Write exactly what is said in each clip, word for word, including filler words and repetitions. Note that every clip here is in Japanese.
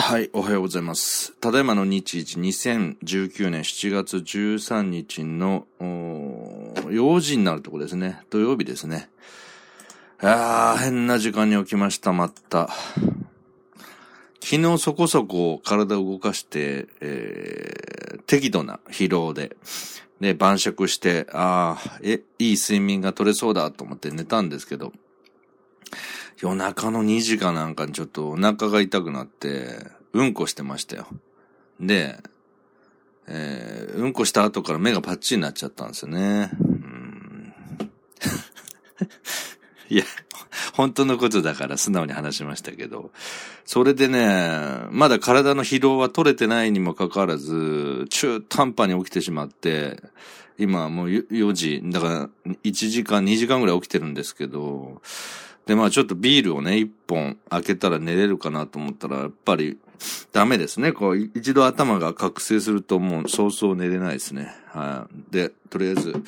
はい、おはようございます。ただいまの日時にせんじゅうきゅうねんしちがつじゅうさんにちのよじになるとこですね。土曜日ですね。あー、変な時間に起きました、また。昨日そこそこ体を動かして、えー、適度な疲労で、で、晩酌して、あー、え、いい睡眠が取れそうだと思って寝たんですけど、夜中のにじかなんかにちょっとお腹が痛くなって、うんこしてましたよ。で、えー、うんこした後から目がパッチリになっちゃったんですよね。うーんいや、本当のことだから素直に話しましたけど、それでね、まだ体の疲労は取れてないにもかかわらず、中途半端に起きてしまって、今もうよじ、だからいちじかん、にじかんぐらい起きてるんですけど、で、まあちょっとビールをね、一本開けたら寝れるかなと思ったら、やっぱりダメですね。こう、一度頭が覚醒するともう早々寝れないですね。はい。で、とりあえず、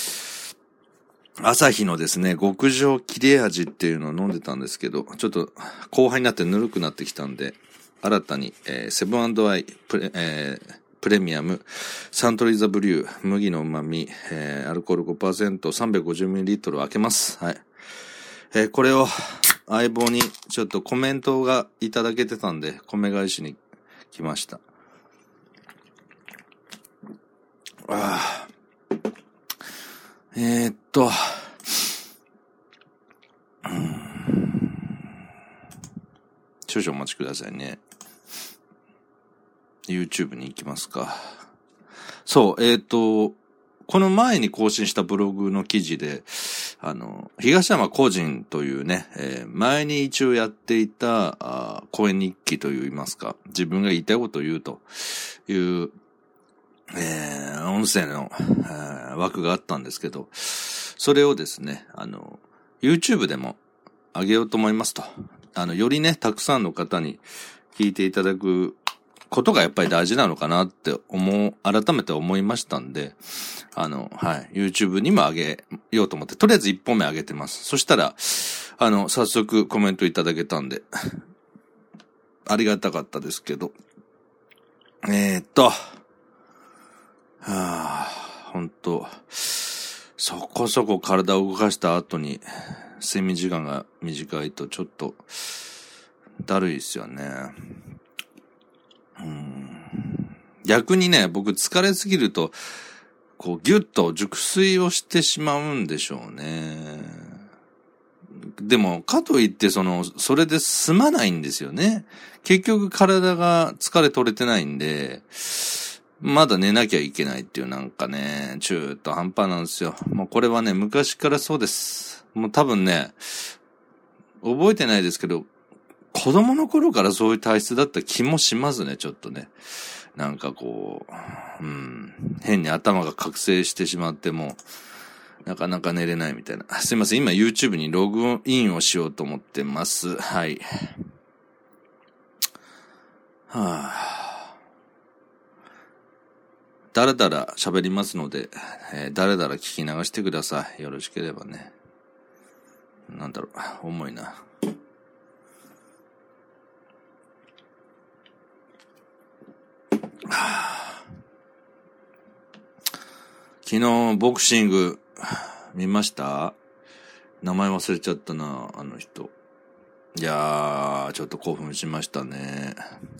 朝日のですね、極上切れ味っていうのを飲んでたんですけど、ちょっと後半になってぬるくなってきたんで、新たに、えー、セブン&アイプレ、えー、プレミアム、サントリーザブリュー、麦の旨味、えー、アルコール ごパーセント、さんびゃくごじゅうミリリットル を開けます。はい。えー、これを相棒にちょっとコメントがいただけてたんで、米返しに来ました。あーえー、っと、うーん、少々お待ちくださいね。YouTube に行きますか。そう、えー、っと、この前に更新したブログの記事で、あの、東山個人というね、えー、前に一応やっていた、あ講演日記といいますか、自分が言いたいことを言うという、えー、音声の、えー、枠があったんですけど、それをですね、あの、YouTube でも上げようと思いますと。あの、よりね、たくさんの方に聞いていただくことがやっぱり大事なのかなって思う、改めて思いましたんで、あの、はい、YouTube にも上げようと思って、とりあえずいっぽんめ上げてます。そしたら、あの、早速コメントいただけたんで、ありがたかったですけど、えーっと、はぁ、ほんと、そこそこ体を動かした後に、睡眠時間が短いとちょっと、だるいですよね。うーん、逆にね、僕疲れすぎると、こうギュッと熟睡をしてしまうんでしょうね。でも、かといってその、それで済まないんですよね。結局体が疲れ取れてないんで、まだ寝なきゃいけないっていうなんかね、中途半端なんですよ。もうこれはね、昔からそうです。もう多分ね、覚えてないですけど、子供の頃からそういう体質だった気もしますね、ちょっとね。なんかこう、うん、変に頭が覚醒してしまっても、なかなか寝れないみたいな。すいません、今 YouTube にログインをしようと思ってます。はい。はぁ。だらだら喋りますので、えー、だらだら聞き流してください。よろしければね。なんだろう、重いな。昨日ボクシング見ました？名前忘れちゃったな、あの人。いやー、ちょっと興奮しましたね。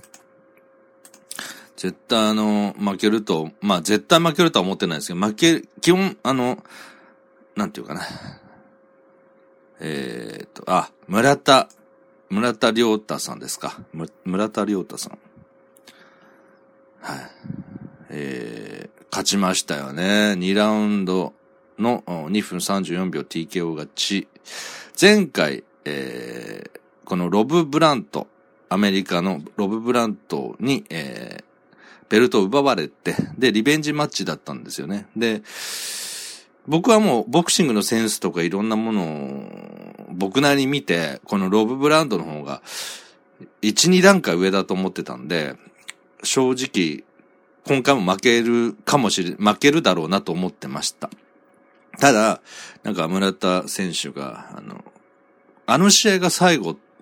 絶対あの、負けると、まあ絶対負けるとは思ってないですけど、負け、基本、あの、なんていうかな。えーと、あ、村田、村田亮太さんですか。村田亮太さん。はい。えー、勝ちましたよね。にラウンドのにふんさんじゅうよんびょう ティーケーオー 勝ち。前回、えー、このロブ・ブラント、アメリカのロブ・ブラントに、えー、ベルトを奪われて、で、リベンジマッチだったんですよね。で、僕はもうボクシングのセンスとかいろんなものを僕なりに見て、このロブ・ブラントの方がいち、に段階上だと思ってたんで、正直、今回も負けるかもしれ、負けるだろうなと思ってました。ただ、なんか村田選手が、あの、あの試合が最後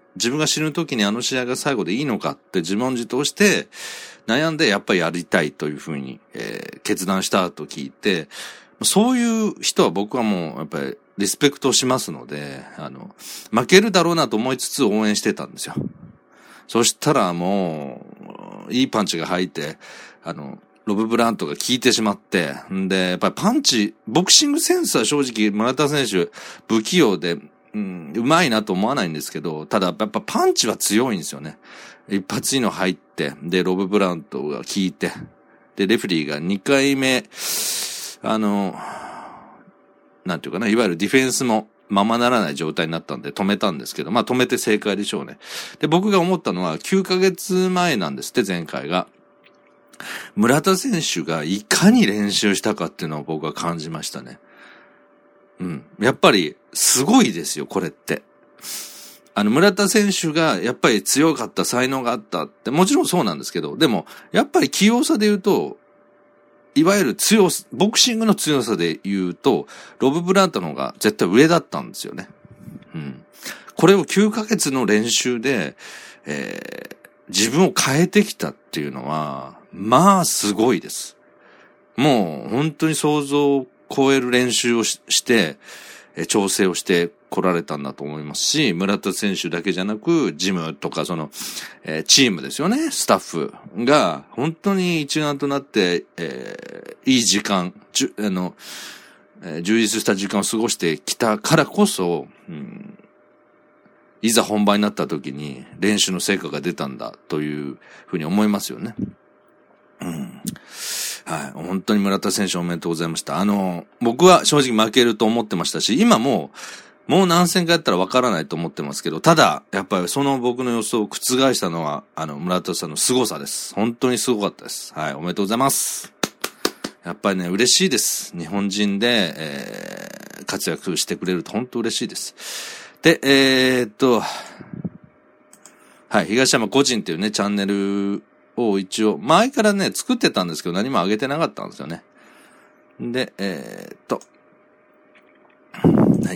自分が死ぬ時にあの試合が最後でいいのかって自問自答して悩んでやっぱりやりたいというふうに、えー、決断したと聞いて、そういう人は僕はもうやっぱりリスペクトしますので、あの、負けるだろうなと思いつつ応援してたんですよ。そしたらもう、いいパンチが入って、あの、ロブ・ブラントが効いてしまって、んで、やっぱりパンチ、ボクシングセンスは正直村田選手不器用で、うん、うまいなと思わないんですけど、ただやっぱパンチは強いんですよね。一発いいの入って、で、ロブ・ブラントが効いて、で、レフェリーがにかいめ、あの、なんていうかな、いわゆるディフェンスもままならない状態になったんで止めたんですけど、まあ止めて正解でしょうね。で、僕が思ったのはきゅうかげつまえなんですって、前回が。村田選手がいかに練習したかっていうのを僕は感じましたね。うん。やっぱり、すごいですよ、これって。あの、村田選手が、やっぱり強かった、才能があったって、もちろんそうなんですけど、でも、やっぱり器用さで言うと、いわゆる強さ、ボクシングの強さで言うと、ロブ・ブラントの方が絶対上だったんですよね。うん。これをきゅうかげつの練習で、えー、自分を変えてきたっていうのは、まあ、すごいです。もう、本当に想像を超える練習を し, して、調整をして来られたんだと思いますし、村田選手だけじゃなく、ジムとかその、えー、チームですよね、スタッフが、本当に一丸となって、えー、いい時間、じゅ、あの、えー、充実した時間を過ごしてきたからこそ、うん、いざ本番になった時に練習の成果が出たんだというふうに思いますよね。うん。はい。本当に村田選手おめでとうございました。あの、僕は正直負けると思ってましたし、今もう、もう何戦かやったらわからないと思ってますけど、ただ、やっぱりその僕の予想を覆したのは、あの、村田さんの凄さです。本当にすごかったです。はい。おめでとうございます。やっぱりね、嬉しいです。日本人で、えー、活躍してくれると本当嬉しいです。で、えー、っと、はい。東山個人っていうね、チャンネルを一応、前からね、作ってたんですけど、何も上げてなかったんですよね。で、えー、っと、はい。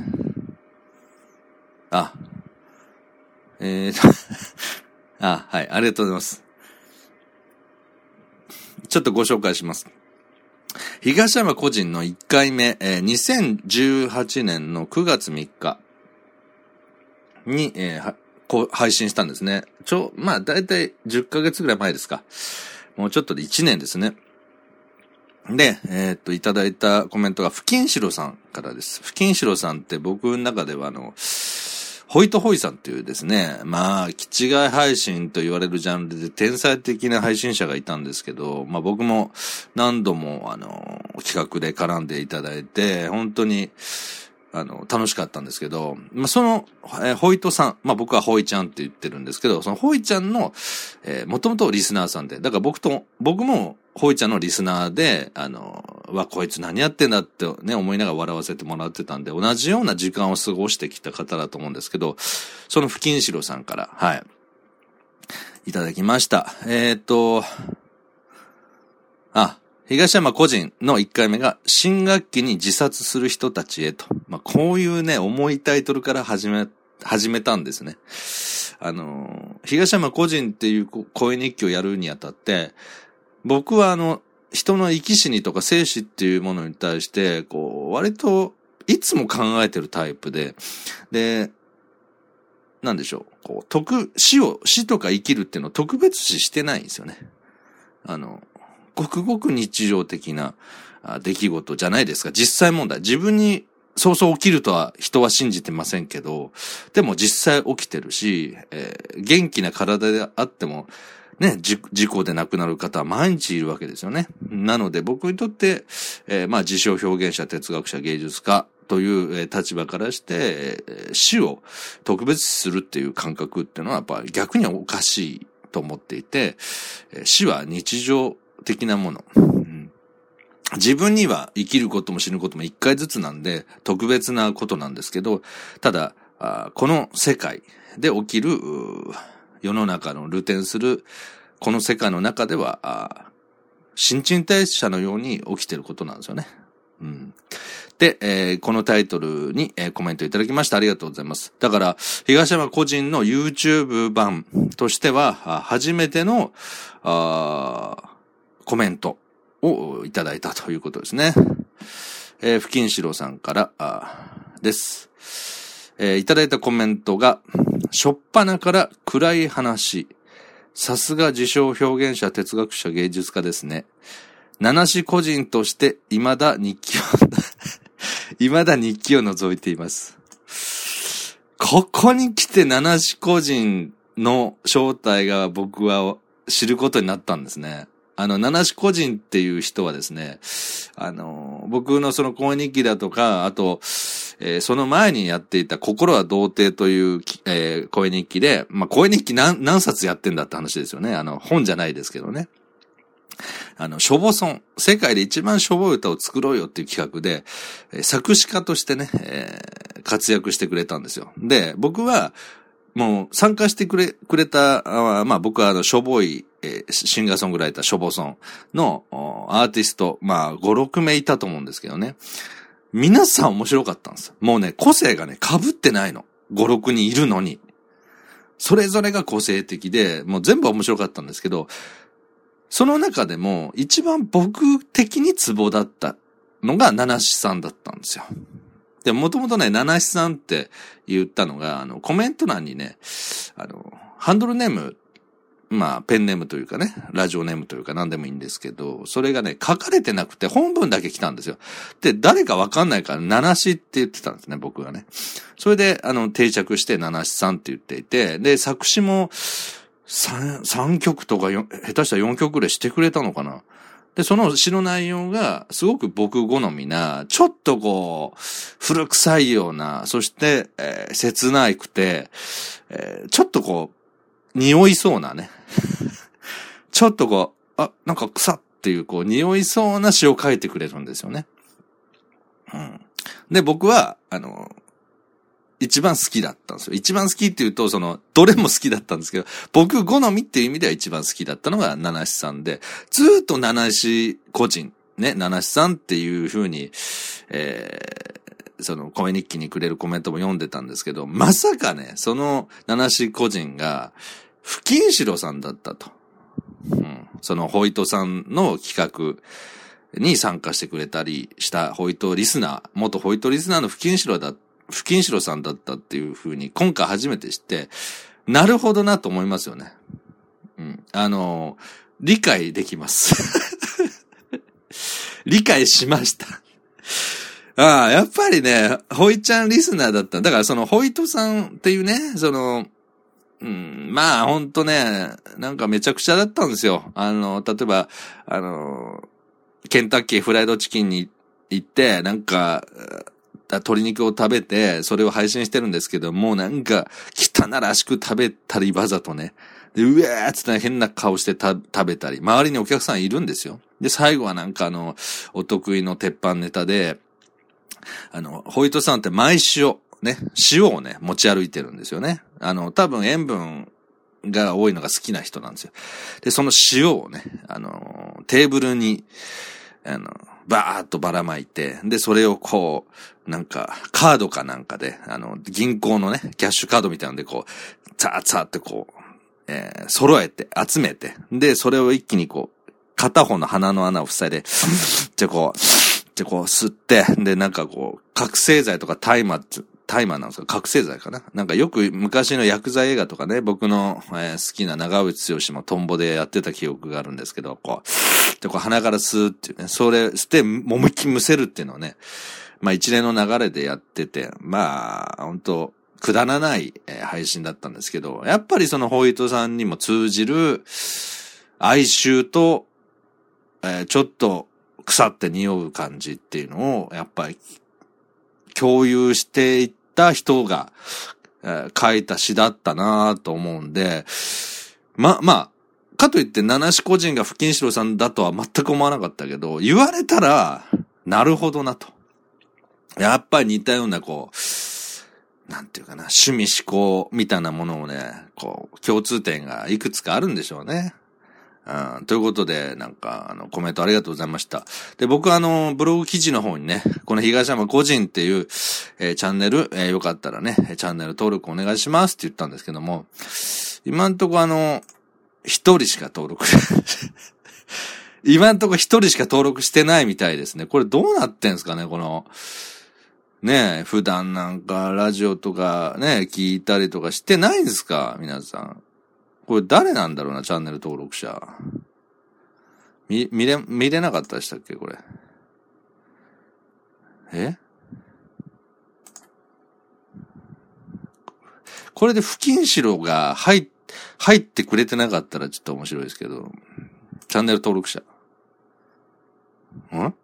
あ、えーと、あ、はい、ありがとうございます。ちょっとご紹介します。東山個人のいっかいめ、えー、にせんじゅうはちねんのくがつみっかに、えー、こう配信したんですね。ちょ、まあ、だいたいじゅっかげつぐらい前ですか。もうちょっとでいちねんですね。で、えー、っと、いただいたコメントが、不謹しろさんからです。不謹しろさんって僕の中ではあの、ホイトホイさんっていうですね、まあ、気違い配信と言われるジャンルで天才的な配信者がいたんですけど、まあ僕も何度もあの、企画で絡んでいただいて、本当に、あの、楽しかったんですけど、まあ、その、えー、ホイトさん、まあ、僕はホイちゃんって言ってるんですけど、そのホイちゃんの、えー、もともとリスナーさんで、だから僕と、僕もホイちゃんのリスナーで、あの、わ、こいつ何やってんだってね、思いながら笑わせてもらってたんで、同じような時間を過ごしてきた方だと思うんですけど、その不謹しろさんから、はい、いただきました。えーっと、あ、東山個人のいっかいめが、新学期に自殺する人たちへと。まあ、こういうね、重いタイトルから始め、始めたんですね。あの、東山個人っていう声日記をやるにあたって、僕はあの、人の生き死にとか生死っていうものに対して、こう、割と、いつも考えてるタイプで、で、なんでしょう、こう、特、死を、死とか生きるっていうのを特別視してないんですよね。あの、ごくごく日常的な出来事じゃないですか。実際問題。自分にそうそう起きるとは人は信じてませんけど、でも実際起きてるし、えー、元気な体であっても、ね、事故で亡くなる方は毎日いるわけですよね。なので僕にとって、えー、まあ自称表現者、哲学者、芸術家という立場からして、えー、死を特別視するっていう感覚っていうのはやっぱり逆におかしいと思っていて、死は日常的なもの、うん。自分には生きることも死ぬことも一回ずつなんで特別なことなんですけど、ただ、この世界で起きる世の中の流転するこの世界の中では新陳代謝のように起きてることなんですよね。うん。 で、えー、このタイトルに、えー、コメントいただきましてありがとうございます。だから、東山個人の YouTube 版としては、初めての、あコメントをいただいたということですね。えー、不謹四郎さんからあです。えー、いただいたコメントが、しょっぱなから暗い話。さすが自称表現者、哲学者、芸術家ですね。七子個人として未だ日記を、未だ日記を覗いています。ここに来て七子個人の正体が僕は知ることになったんですね。あの、七子個人っていう人はですね、あの、僕のその声日記だとか、あと、えー、その前にやっていた心は童貞という、えー、声日記で、まあ、声日記何、何冊やってんだって話ですよね。あの、本じゃないですけどね。あの、しょぼソン。世界で一番しょぼい歌を作ろうよっていう企画で、えー、作詞家としてね、えー、活躍してくれたんですよ。で、僕は、もう参加してくれ、くれた、あまあ僕はあの、しょぼい、えー、シンガーソングライター、しょぼソンのアーティスト、まあご、ろくめいいたと思うんですけどね。皆さん面白かったんです。もうね、個性がね、被ってないの。ご、ろくにんいるのに。それぞれが個性的で、もう全部面白かったんですけど、その中でも一番僕的にツボだったのが七子さんだったんですよ。で、もともとね、七子さんって言ったのが、あの、コメント欄にね、あの、ハンドルネーム、まあ、ペンネームというかね、ラジオネームというか何でもいいんですけど、それがね、書かれてなくて本文だけ来たんですよ。で、誰かわかんないから、七子って言ってたんですね、僕がね。それで、あの、定着して七子さんって言っていて、で、作詞も三、三曲とかよ下手したら四曲ぐらいしてくれたのかな。で、その詩の内容がすごく僕好みな、ちょっとこう、古臭いような、そして、えー、切ないくて、えー、ちょっとこう、匂いそうなね。ちょっとこう、あ、なんか草っていうこう、匂いそうな詩を書いてくれるんですよね。うん。で、僕は、あの、一番好きだったんですよ。一番好きっていうと、その、どれも好きだったんですけど、僕好みっていう意味では一番好きだったのが七子さんで、ずーっと七子個人、ね、七子さんっていう風に、えー、その、声日記にくれるコメントも読んでたんですけど、まさかね、その七子個人が、不謹四郎さんだったと。うん。その、ホイトさんの企画に参加してくれたりしたホイトリスナー、元ホイトリスナーの不謹四郎だった。不謹四郎さんだったっていう風に今回初めて知って、なるほどなと思いますよね。うん。あの、理解できます。理解しました。ああ、やっぱりね、ホイちゃんリスナーだった。だからそのホイトさんっていうね、その、うん、まあほんとね、なんかめちゃくちゃだったんですよ。あの、例えば、あの、ケンタッキーフライドチキンに行って、なんか、鶏肉を食べて、それを配信してるんですけど、もうなんか、汚らしく食べたりわざとね。で、うえーっつって変な顔してた食べたり、周りにお客さんいるんですよ。で、最後はなんかあの、お得意の鉄板ネタで、あの、ホイットさんって毎塩、ね、塩をね、持ち歩いてるんですよね。あの、多分塩分が多いのが好きな人なんですよ。で、その塩をね、あの、テーブルに、あの、バーっとばらまいて、で、それをこう、なんか、カードかなんかで、あの、銀行のね、キャッシュカードみたいなので、こう、ザーザーってこう、えー、揃えて、集めて、で、それを一気にこう、片方の鼻の穴を塞いで、じゃこう、じゃこう吸って、で、なんかこう、覚醒剤とか大麻って、大麻なんですか覚醒剤かななんかよく昔の薬剤映画とかね、僕の、えー、好きな長渕剛もトンボでやってた記憶があるんですけど、こう、でこう鼻から吸うっていうね、それ吸って思いっきりむせるっていうのをね、まあ一連の流れでやってて、まあ、本当くだらない、えー、配信だったんですけど、やっぱりそのホイットさんにも通じる哀愁と、えー、ちょっと腐って匂う感じっていうのを、やっぱり共有していった人が、えー、書いた詩だったなと思うんで、ま、まあ、かといって七子個人が不謹四郎さんだとは全く思わなかったけど、言われたら、なるほどなと。やっぱり似たようなこう、なんていうかな、趣味思考みたいなものをね、こう、共通点がいくつかあるんでしょうね。 うん、ということで、なんか、あの、コメントありがとうございました。で、僕あの、ブログ記事の方にね、この東山個人っていう、えー、チャンネル、えー、よかったらね、チャンネル登録お願いしますって言ったんですけども、今んとこあの、一人しか登録今んとこ一人しか登録してないみたいですね。これどうなってんすかね、この、ねえ、普段なんかラジオとかね、聞いたりとかしてないんですか皆さん。これ誰なんだろうな、チャンネル登録者。見、見れ、見れなかったでしたっけこれ。えこれで不謹慎が入、入ってくれてなかったらちょっと面白いですけど、チャンネル登録者。ん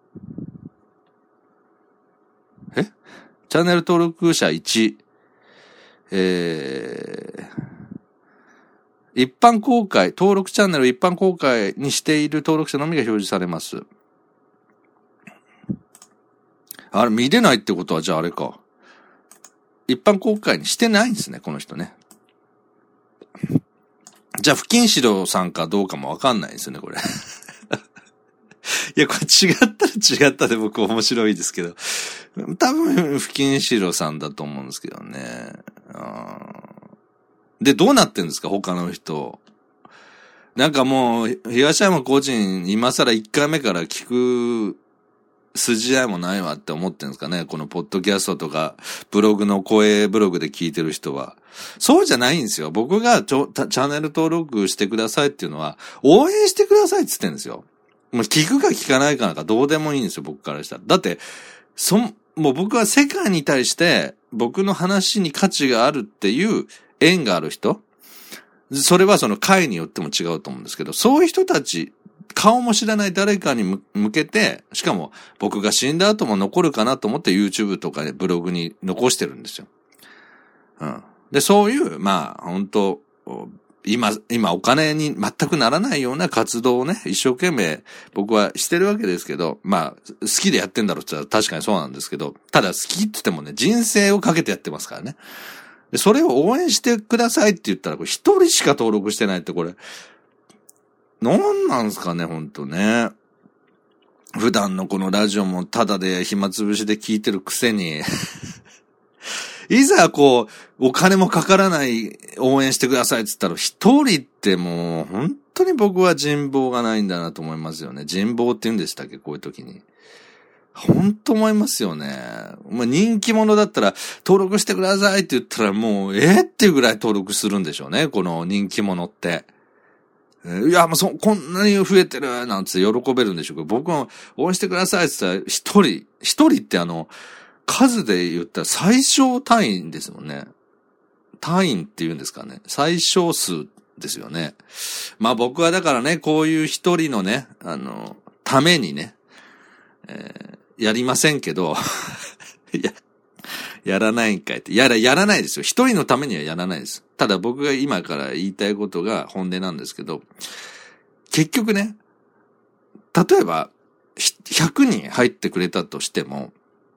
えチャンネル登録者いち。えー、一般公開、登録チャンネルを一般公開にしている登録者のみが表示されます。あれ、見れないってことはじゃああれか。一般公開にしてないんですね、この人ね。じゃあ、不謹慎さんかどうかもわかんないですよね、これ。いや、これ違ったら違ったで僕面白いですけど。多分、不謹慎さんだと思うんですけどね。で、どうなってんですか他の人。なんかもう、東山個人、今更いっかいめから聞く筋合いもないわって思ってんですかねこのポッドキャストとか、ブログの声ブログで聞いてる人は。そうじゃないんですよ。僕がちょチャンネル登録してくださいっていうのは、応援してくださいって言ってんですよ。もう聞くか聞かないかなんかどうでもいいんですよ、僕からしたら。だって、そ、もう僕は世界に対して僕の話に価値があるっていう縁がある人、それはその会によっても違うと思うんですけど、そういう人たち、顔も知らない誰かに向けて、しかも僕が死んだ後も残るかなと思って YouTube とかでブログに残してるんですよ。うん。で、そういう、まあ、本当今、今お金に全くならないような活動をね、一生懸命僕はしてるわけですけど、まあ、好きでやってんだろうって言ったら確かにそうなんですけど、ただ好きって言ってもね、人生をかけてやってますからね。で、それを応援してくださいって言ったら、これ一人しか登録してないってこれ、なんなんすかね、ほんとね。普段のこのラジオもただで暇つぶしで聞いてるくせに、いざこう、お金もかからない応援してくださいって言ったら、一人ってもう、本当に僕は人望がないんだなと思いますよね。人望って言うんでしたっけこういう時に。本当思いますよね。まあ、人気者だったら登録してくださいって言ったらもう、えー、っていうぐらい登録するんでしょうね。この人気者って。いや、もうそ、こんなに増えてるなんつって喜べるんでしょうけど、僕は応援してくださいって言ったら、一人、一人ってあの、数で言ったら最小単位ですもんね。単位って言うんですかね。最小数ですよね。まあ僕はだからね、こういう一人のね、あの、ためにね、えー、やりませんけど、いや、やらないんかいって。やら、やらないですよ。一人のためにはやらないです。ただ僕が今から言いたいことが本音なんですけど、結局ね、例えば、ひゃくにん入ってくれたとしても、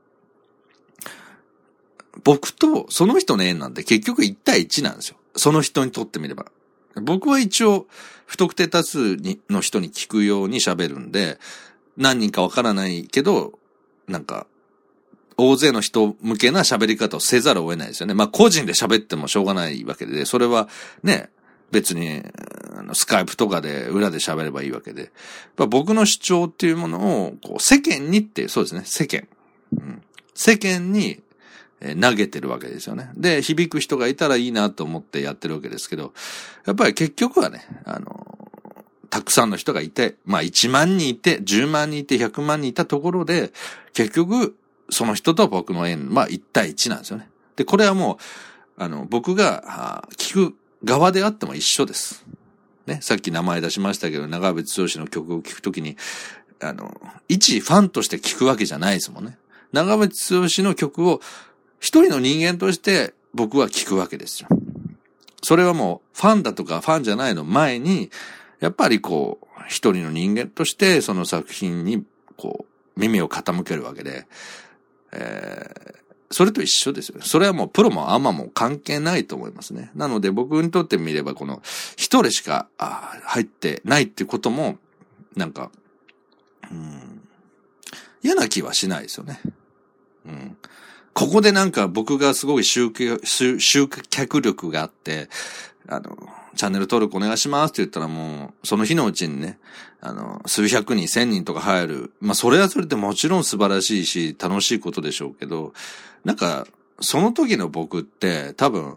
僕とその人の縁なんて結局いち対いちなんですよ。その人にとってみれば。僕は一応、不特定多数にの人に聞くように喋るんで、何人かわからないけど、なんか、大勢の人向けな喋り方をせざるを得ないですよね。まあ個人で喋ってもしょうがないわけで、それはね、別に、スカイプとかで裏で喋ればいいわけで。僕の主張っていうものを、こう、世間にって、そうですね、世間。うん、世間に投げてるわけですよね。で、響く人がいたらいいなと思ってやってるわけですけど、やっぱり結局はね、あの、たくさんの人がいて、まあいちまんにんいて、じゅうまんにんいて、ひゃくまんにんいたところで、結局、その人と僕の縁、まあいち対いちなんですよね。で、これはもう、あの、僕が聞く側であっても一緒です。ね、さっき名前出しましたけど、長渕剛の曲を聴くときに、あの、一ファンとして聴くわけじゃないですもんね。長渕剛の曲を一人の人間として僕は聴くわけですよ。それはもうファンだとかファンじゃないの前に、やっぱりこう、一人の人間としてその作品にこう、耳を傾けるわけで、えー、 それと一緒ですよね。それはもうプロもアマも関係ないと思いますね。なので僕にとってみればこの一人しか入ってないってこともなんか、うん、嫌な気はしないですよね。うん。ここでなんか僕がすごい集客、集客力があって、あの、チャンネル登録お願いしますって言ったらもう、その日のうちにね、あの、数百人、千人とか入る。まあ、それはそれでもちろん素晴らしいし、楽しいことでしょうけど、なんか、その時の僕って多分、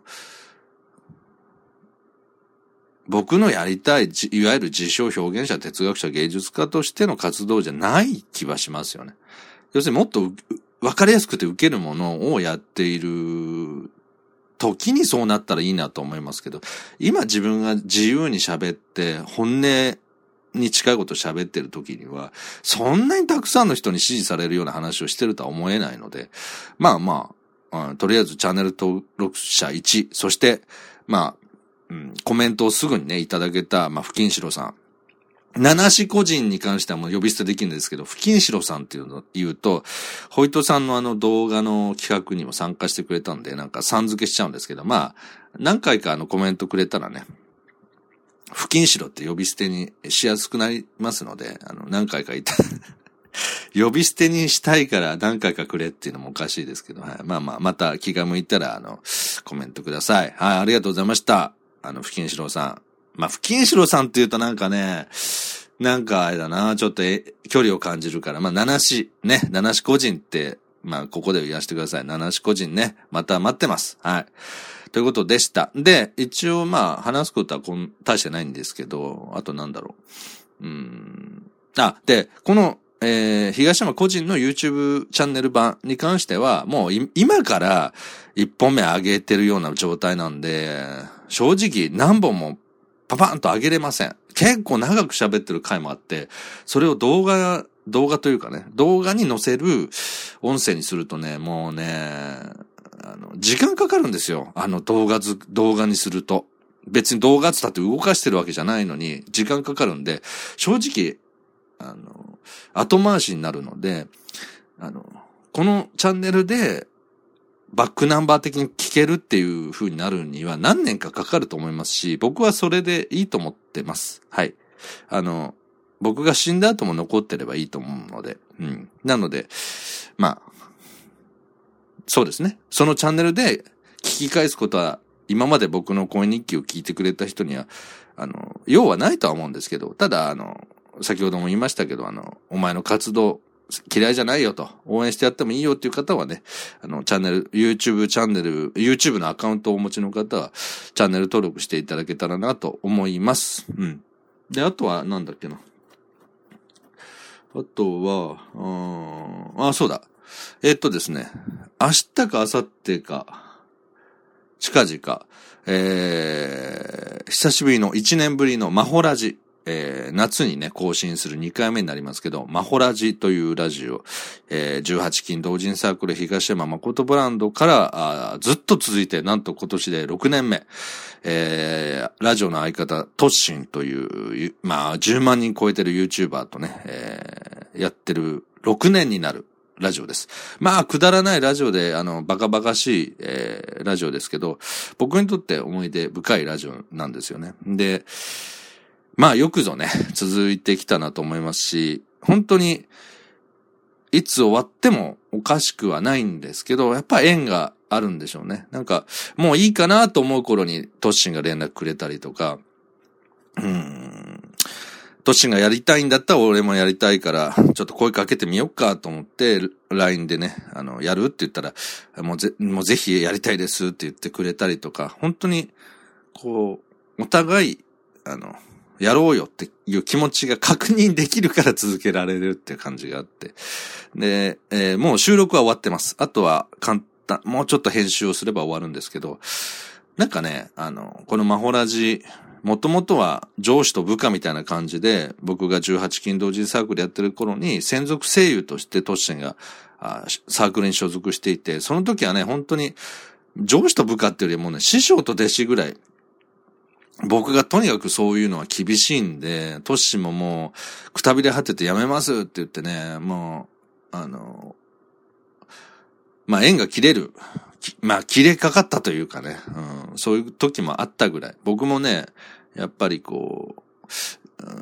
僕のやりたい、いわゆる自称表現者、哲学者、芸術家としての活動じゃない気はしますよね。要するにもっとわかりやすくて受けるものをやっている時にそうなったらいいなと思いますけど、今自分が自由に喋って本音に近いことを喋ってる時には、そんなにたくさんの人に支持されるような話をしてるとは思えないので、まあまあ、うん、とりあえずチャンネル登録者いち、そして、まあ、うん、コメントをすぐにね、いただけた、まあ、不謹しろさん。七子個人に関してはもう呼び捨てできるんですけど、不謹しろさんっていうのを言うと、ホイットさんのあの動画の企画にも参加してくれたんで、なんかさん付けしちゃうんですけど、まあ、何回かあのコメントくれたらね、不謹しろって呼び捨てにしやすくなりますので、あの、何回か言った。呼び捨てにしたいから何回かくれっていうのもおかしいですけど、はい。まあまあ、また気が向いたら、あの、コメントください。はい、ありがとうございました。あの、不謹しろさん。まあ、不謹しろさんって言うとなんかね、なんかあれだな、ちょっとえ距離を感じるから、まあ、七子、ね、七子個人って、まあ、ここで言わせてください。七子個人ね、また待ってます。はい。ということでした。で、一応まあ、話すことはこん大してないんですけど、あとなんだろう。うーん。あ、で、この、えー、東山個人の YouTube チャンネル版に関しては、もう今から一本目上げてるような状態なんで、正直何本もパパンと上げれません。結構長く喋ってる回もあって、それを動画、動画というかね、動画に載せる音声にするとね、もうね、あの、時間かかるんですよ。あの動画ず、動画にすると。別に動画つったって動かしてるわけじゃないのに、時間かかるんで、正直、あの、後回しになるので、あの、このチャンネルで、バックナンバー的に聞けるっていう風になるには何年かかかると思いますし、僕はそれでいいと思ってます。はい。あの、僕が死んだ後も残ってればいいと思うので、うん。なので、まあ、そうですね。そのチャンネルで聞き返すことは、今まで僕の声日記を聞いてくれた人には、あの、用はないとは思うんですけど、ただ、あの、先ほども言いましたけど、あの、お前の活動、嫌いじゃないよと、応援してやってもいいよっていう方はね、あの、チャンネル、YouTube チャンネル、YouTube のアカウントをお持ちの方は、チャンネル登録していただけたらなと思います。うん。で、あとは、なんだっけな。あとは、あー、あ、そうだ。えっとですね、明日か明後日か、近々、えー、久しぶりのいちねんぶりのマホラジ。えー、夏にね、更新するにかいめになりますけど、マホラジというラジオ、えー、じゅうはちきん同人サークル東山誠ブランドからあずっと続いて、なんと今年でろくねんめ、えー、ラジオの相方、トッシンという、まあ、じゅうまんにん超えてる YouTuber とね、えー、やってるろくねんになるラジオです。まあ、くだらないラジオで、あの、バカバカしい、えー、ラジオですけど、僕にとって思い出深いラジオなんですよね。で、まあよくぞね、続いてきたなと思いますし、本当に、いつ終わってもおかしくはないんですけど、やっぱ縁があるんでしょうね。なんか、もういいかなと思う頃にトッシンが連絡くれたりとか、うーん、トッシンがやりたいんだったら俺もやりたいから、ちょっと声かけてみようかと思って、ライン でね、あの、やるって言ったら、もうぜ、もうぜひやりたいですって言ってくれたりとか、本当に、こう、お互い、あの、やろうよっていう気持ちが確認できるから続けられるっていう感じがあって。で、えー、もう収録は終わってます。あとは簡単、もうちょっと編集をすれば終わるんですけど、なんかね、あの、このマホラジ、もともとは上司と部下みたいな感じで、僕がじゅうはちきん同人サークルやってる頃に、専属声優としてトッシンがサークルに所属していて、その時はね、本当に上司と部下っていうよりもね、師匠と弟子ぐらい、僕がとにかくそういうのは厳しいんで、トッシーももう、くたびれ果ててやめますって言ってね、もう、あの、 まあ縁が切れる。まあ切れかかったというかね、うん、そういう時もあったぐらい。僕もね、やっぱりこう、うん、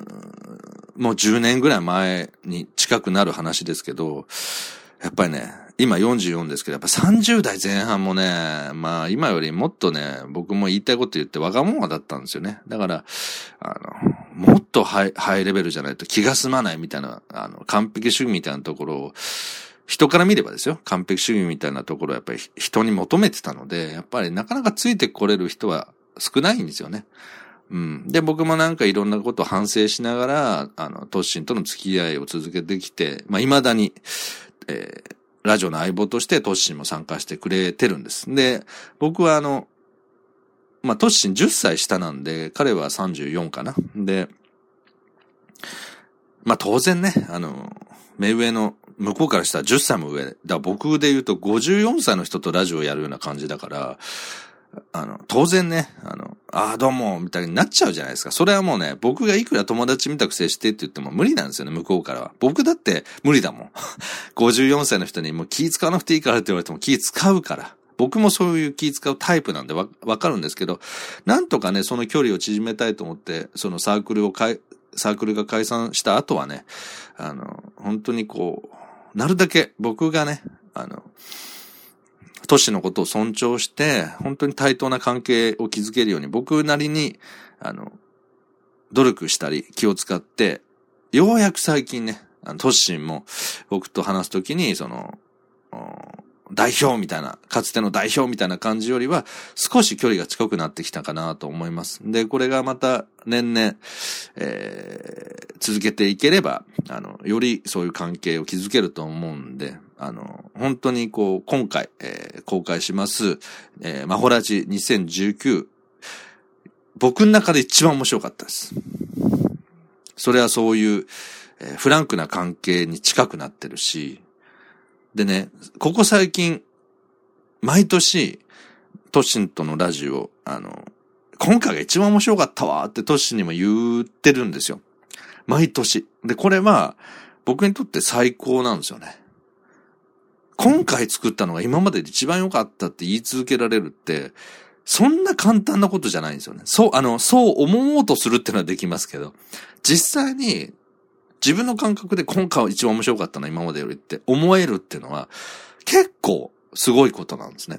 もうじゅうねんぐらい前に近くなる話ですけど、やっぱりね、今よんじゅうよんですけど、やっぱさんじゅう代前半もね、まあ今よりもっとね、僕も言いたいこと言ってわがままだったんですよね。だから、あの、もっとハイ、ハイレベルじゃないと気が済まないみたいな、あの、完璧主義みたいなところを、人から見ればですよ、完璧主義みたいなところをやっぱり人に求めてたので、やっぱりなかなかついてこれる人は少ないんですよね。うん。で、僕もなんかいろんなことを反省しながら、あの、トッシンとの付き合いを続けてきて、まあ未だに、えー、ラジオの相棒としてトッシンも参加してくれてるんです。で、僕はあの、まあトッシンじゅっさい下なんで、彼はさんじゅうよんかな。で、まあ当然ね、あの、目上の、向こうからしたらじゅっさいも上。だから僕で言うとごじゅうよんさいの人とラジオをやるような感じだから、あの、当然ね、あの、ああ、どうも、みたいになっちゃうじゃないですか。それはもうね、僕がいくら友達みたく接してって言っても無理なんですよね、向こうからは。僕だって無理だもん。ごじゅうよんさいの人にもう気使わなくていいからって言われても気使うから。僕もそういう気使うタイプなんでわ、わかるんですけど、なんとかね、その距離を縮めたいと思って、そのサークルをかい、サークルが解散した後はね、あの、本当にこう、なるだけ僕がね、あの、トシのことを尊重して、本当に対等な関係を築けるように、僕なりに、あの、努力したり気を使って、ようやく最近ね、あのトッシンも僕と話すときに、その、代表みたいな、かつての代表みたいな感じよりは、少し距離が近くなってきたかなと思います。で、これがまた年々、えー、続けていければ、あの、よりそういう関係を築けると思うんで、あの、本当にこう、今回、えー、公開します、えー、マホラジにせんじゅうきゅう、僕の中で一番面白かったです。それはそういう、えー、フランクな関係に近くなってるし、でね、ここ最近、毎年、トッシンとのラジオ、あの、今回が一番面白かったわってトッシンにも言ってるんですよ。毎年。で、これは、僕にとって最高なんですよね。今回作ったのが今までで一番良かったって言い続けられるって、そんな簡単なことじゃないんですよね。そう、あの、そう思おうとするってのはできますけど、実際に、自分の感覚で今回は一番面白かったな、今までよりって思えるっていうのは結構すごいことなんですね。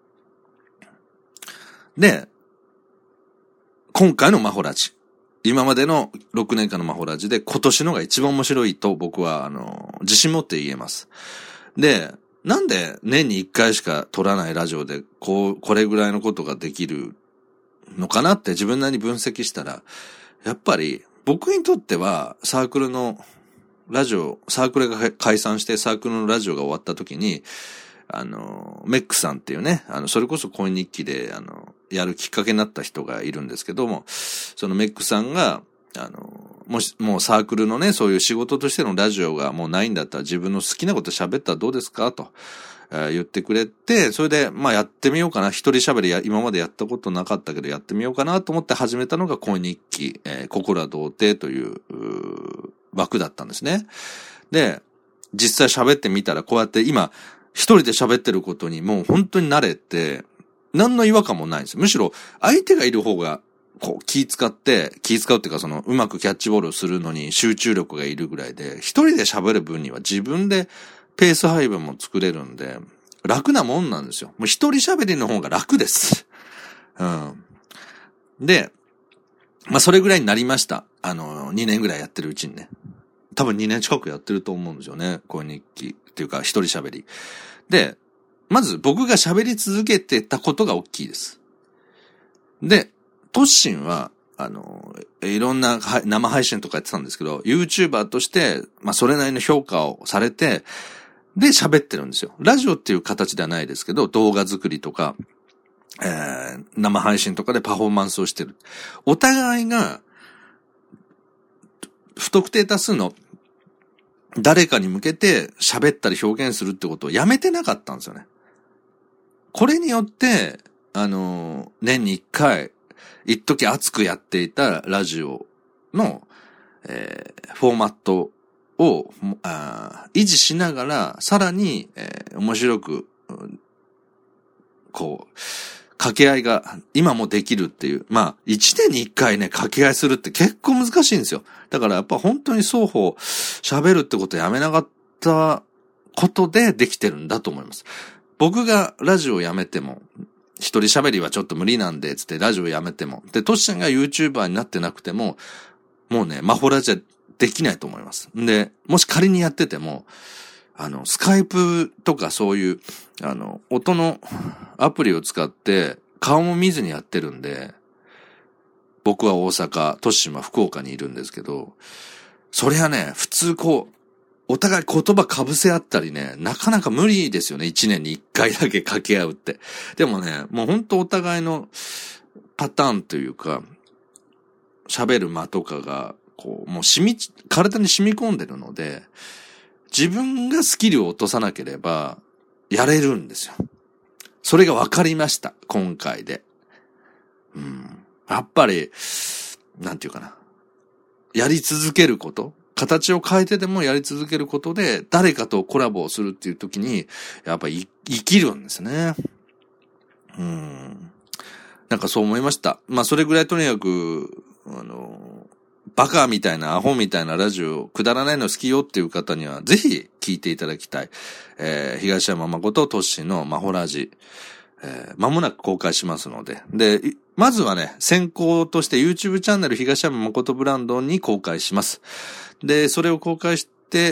で、今回のマホラジ。今までのろくねんかんのマホラジで今年のが一番面白いと僕はあの、自信持って言えます。で、なんで年にいっかいしか撮らないラジオでこう、これぐらいのことができるのかなって自分なりに分析したら、やっぱり僕にとっては、サークルのラジオ、サークルが解散してサークルのラジオが終わった時に、あの、メックさんっていうね、あの、それこそ恋日記で、あの、やるきっかけになった人がいるんですけども、そのメックさんが、あの、もし、もうサークルのね、そういう仕事としてのラジオがもうないんだったら自分の好きなこと喋ったらどうですかと。言ってくれて、それで、まあやってみようかな。一人喋りや、今までやったことなかったけどやってみようかなと思って始めたのが恋日記、えー、心は童貞という、う枠だったんですね。で、実際喋ってみたらこうやって今、一人で喋ってることにもう本当に慣れて、何の違和感もないんですよ。むしろ相手がいる方が、こう気使って、気使うっていうかそのうまくキャッチボールをするのに集中力がいるぐらいで、一人で喋る分には自分でペース配分も作れるんで、楽なもんなんですよ。もう一人喋りの方が楽です。うん。で、まあそれぐらいになりました。あの、にねんぐらいやってるうちにね。多分にねん近くやってると思うんですよね。恋日記っていうか一人喋り。で、まず僕が喋り続けてたことが大きいです。で、トッシンは、あの、いろんな生配信とかやってたんですけど、YouTuber として、まあそれなりの評価をされて、で喋ってるんですよ。ラジオっていう形ではないですけど、動画作りとか、えー、生配信とかでパフォーマンスをしてる。お互いが、不特定多数の誰かに向けて喋ったり表現するってことをやめてなかったんですよね。これによって、あの、年に一回、一時熱くやっていたラジオの、えー、フォーマットをあ維持しながら、さらに、えー、面白くこう、掛け合いが今もできるっていう。まあ、一年に一回ね、掛け合いするって結構難しいんですよ。だからやっぱ本当に双方喋るってことをやめなかったことでできてるんだと思います。僕がラジオをやめても、一人喋りはちょっと無理なんで、つってラジオをやめても。で、トシちゃんが YouTuber になってなくても、もうね、マホラジはできないと思います。で、もし仮にやってても、あの、スカイプとかそういう、あの、音のアプリを使って顔も見ずにやってるんで、僕は大阪、トシは福岡にいるんですけど、そりゃね、普通こう、お互い言葉被せ合ったりね、なかなか無理ですよね。一年に一回だけ掛け合うって。でもね、もうほんとお互いのパターンというか、喋る間とかが、こう、もう染み、体に染み込んでるので、自分がスキルを落とさなければ、やれるんですよ。それが分かりました。今回で。うん。やっぱり、なんていうかな。やり続けること。形を変えてでもやり続けることで、誰かとコラボをするっていう時に、やっぱり生きるんですね。うん。なんかそう思いました。まあそれぐらいとにかく、あの、バカみたいなアホみたいなラジオ、くだらないの好きよっていう方には、ぜひ聞いていただきたい。えー、東山誠トッシーのマホラジ、えー、間もなく公開しますので。で、まずはね、先行として YouTube チャンネル東山誠ブランドに公開します。で、それを公開して、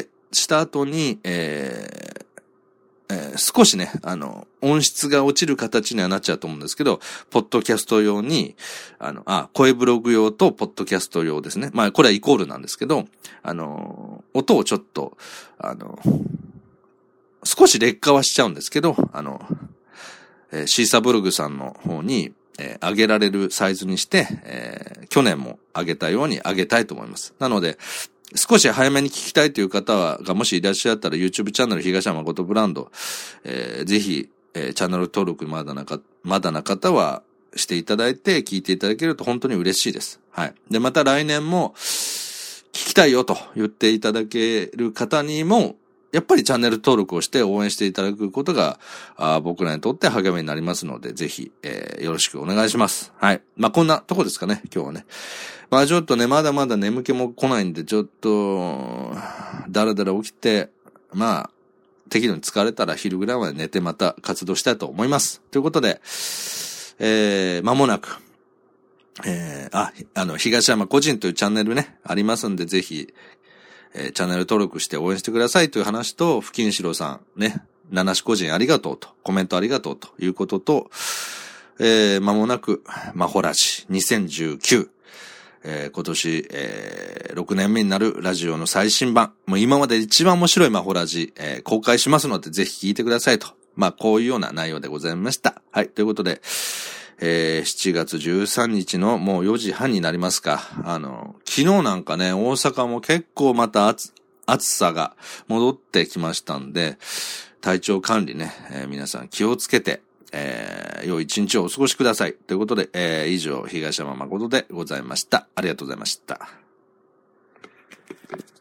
した後に、えーえー、少しね、あの、音質が落ちる形にはなっちゃうと思うんですけど、ポッドキャスト用に、あの、あ、声ブログ用とポッドキャスト用ですね。まあ、これはイコールなんですけど、あの、音をちょっと、あの、少し劣化はしちゃうんですけど、あの、えー、シーサブログさんの方に、えー、上げられるサイズにして、えー、去年も上げたように上げたいと思います。なので、少し早めに聞きたいという方は、がもしいらっしゃったら YouTube チャンネル東山誠ブランド、えー、ぜひ、えー、チャンネル登録まだなか、まだな方はしていただいて聞いていただけると本当に嬉しいです。はい。で、また来年も聞きたいよと言っていただける方にも、やっぱりチャンネル登録をして応援していただくことが、あ僕らにとって励みになりますので、ぜひ、えー、よろしくお願いします。はい。まあ、こんなとこですかね、今日はね。まあ、ちょっとね、まだまだ眠気も来ないんで、ちょっと、だらだら起きて、まあ、適度に疲れたら昼ぐらいまで寝てまた活動したいと思います。ということで、えー、間もなく、えー、あ、あの、東山個人というチャンネルね、ありますんで、ぜひ、えー、チャンネル登録して応援してくださいという話と、不謹しろさんね、七種個人ありがとうと、コメントありがとうということと、えー、間もなく、マホラジにせんじゅうきゅう、えー、今年、えー、ろくねんめになるラジオの最新版、もう今まで一番面白いマホラジ、えー、公開しますので、ぜひ聞いてくださいと。まあ、こういうような内容でございました。はい、ということで、えー、しちがつじゅうさんにちのもうよじはんになりますか。あの、昨日なんかね、大阪も結構また暑、暑さが戻ってきましたんで、体調管理ね、えー、皆さん気をつけて、えー、良い一日をお過ごしください。ということで、えー、以上、東山誠でございました。ありがとうございました。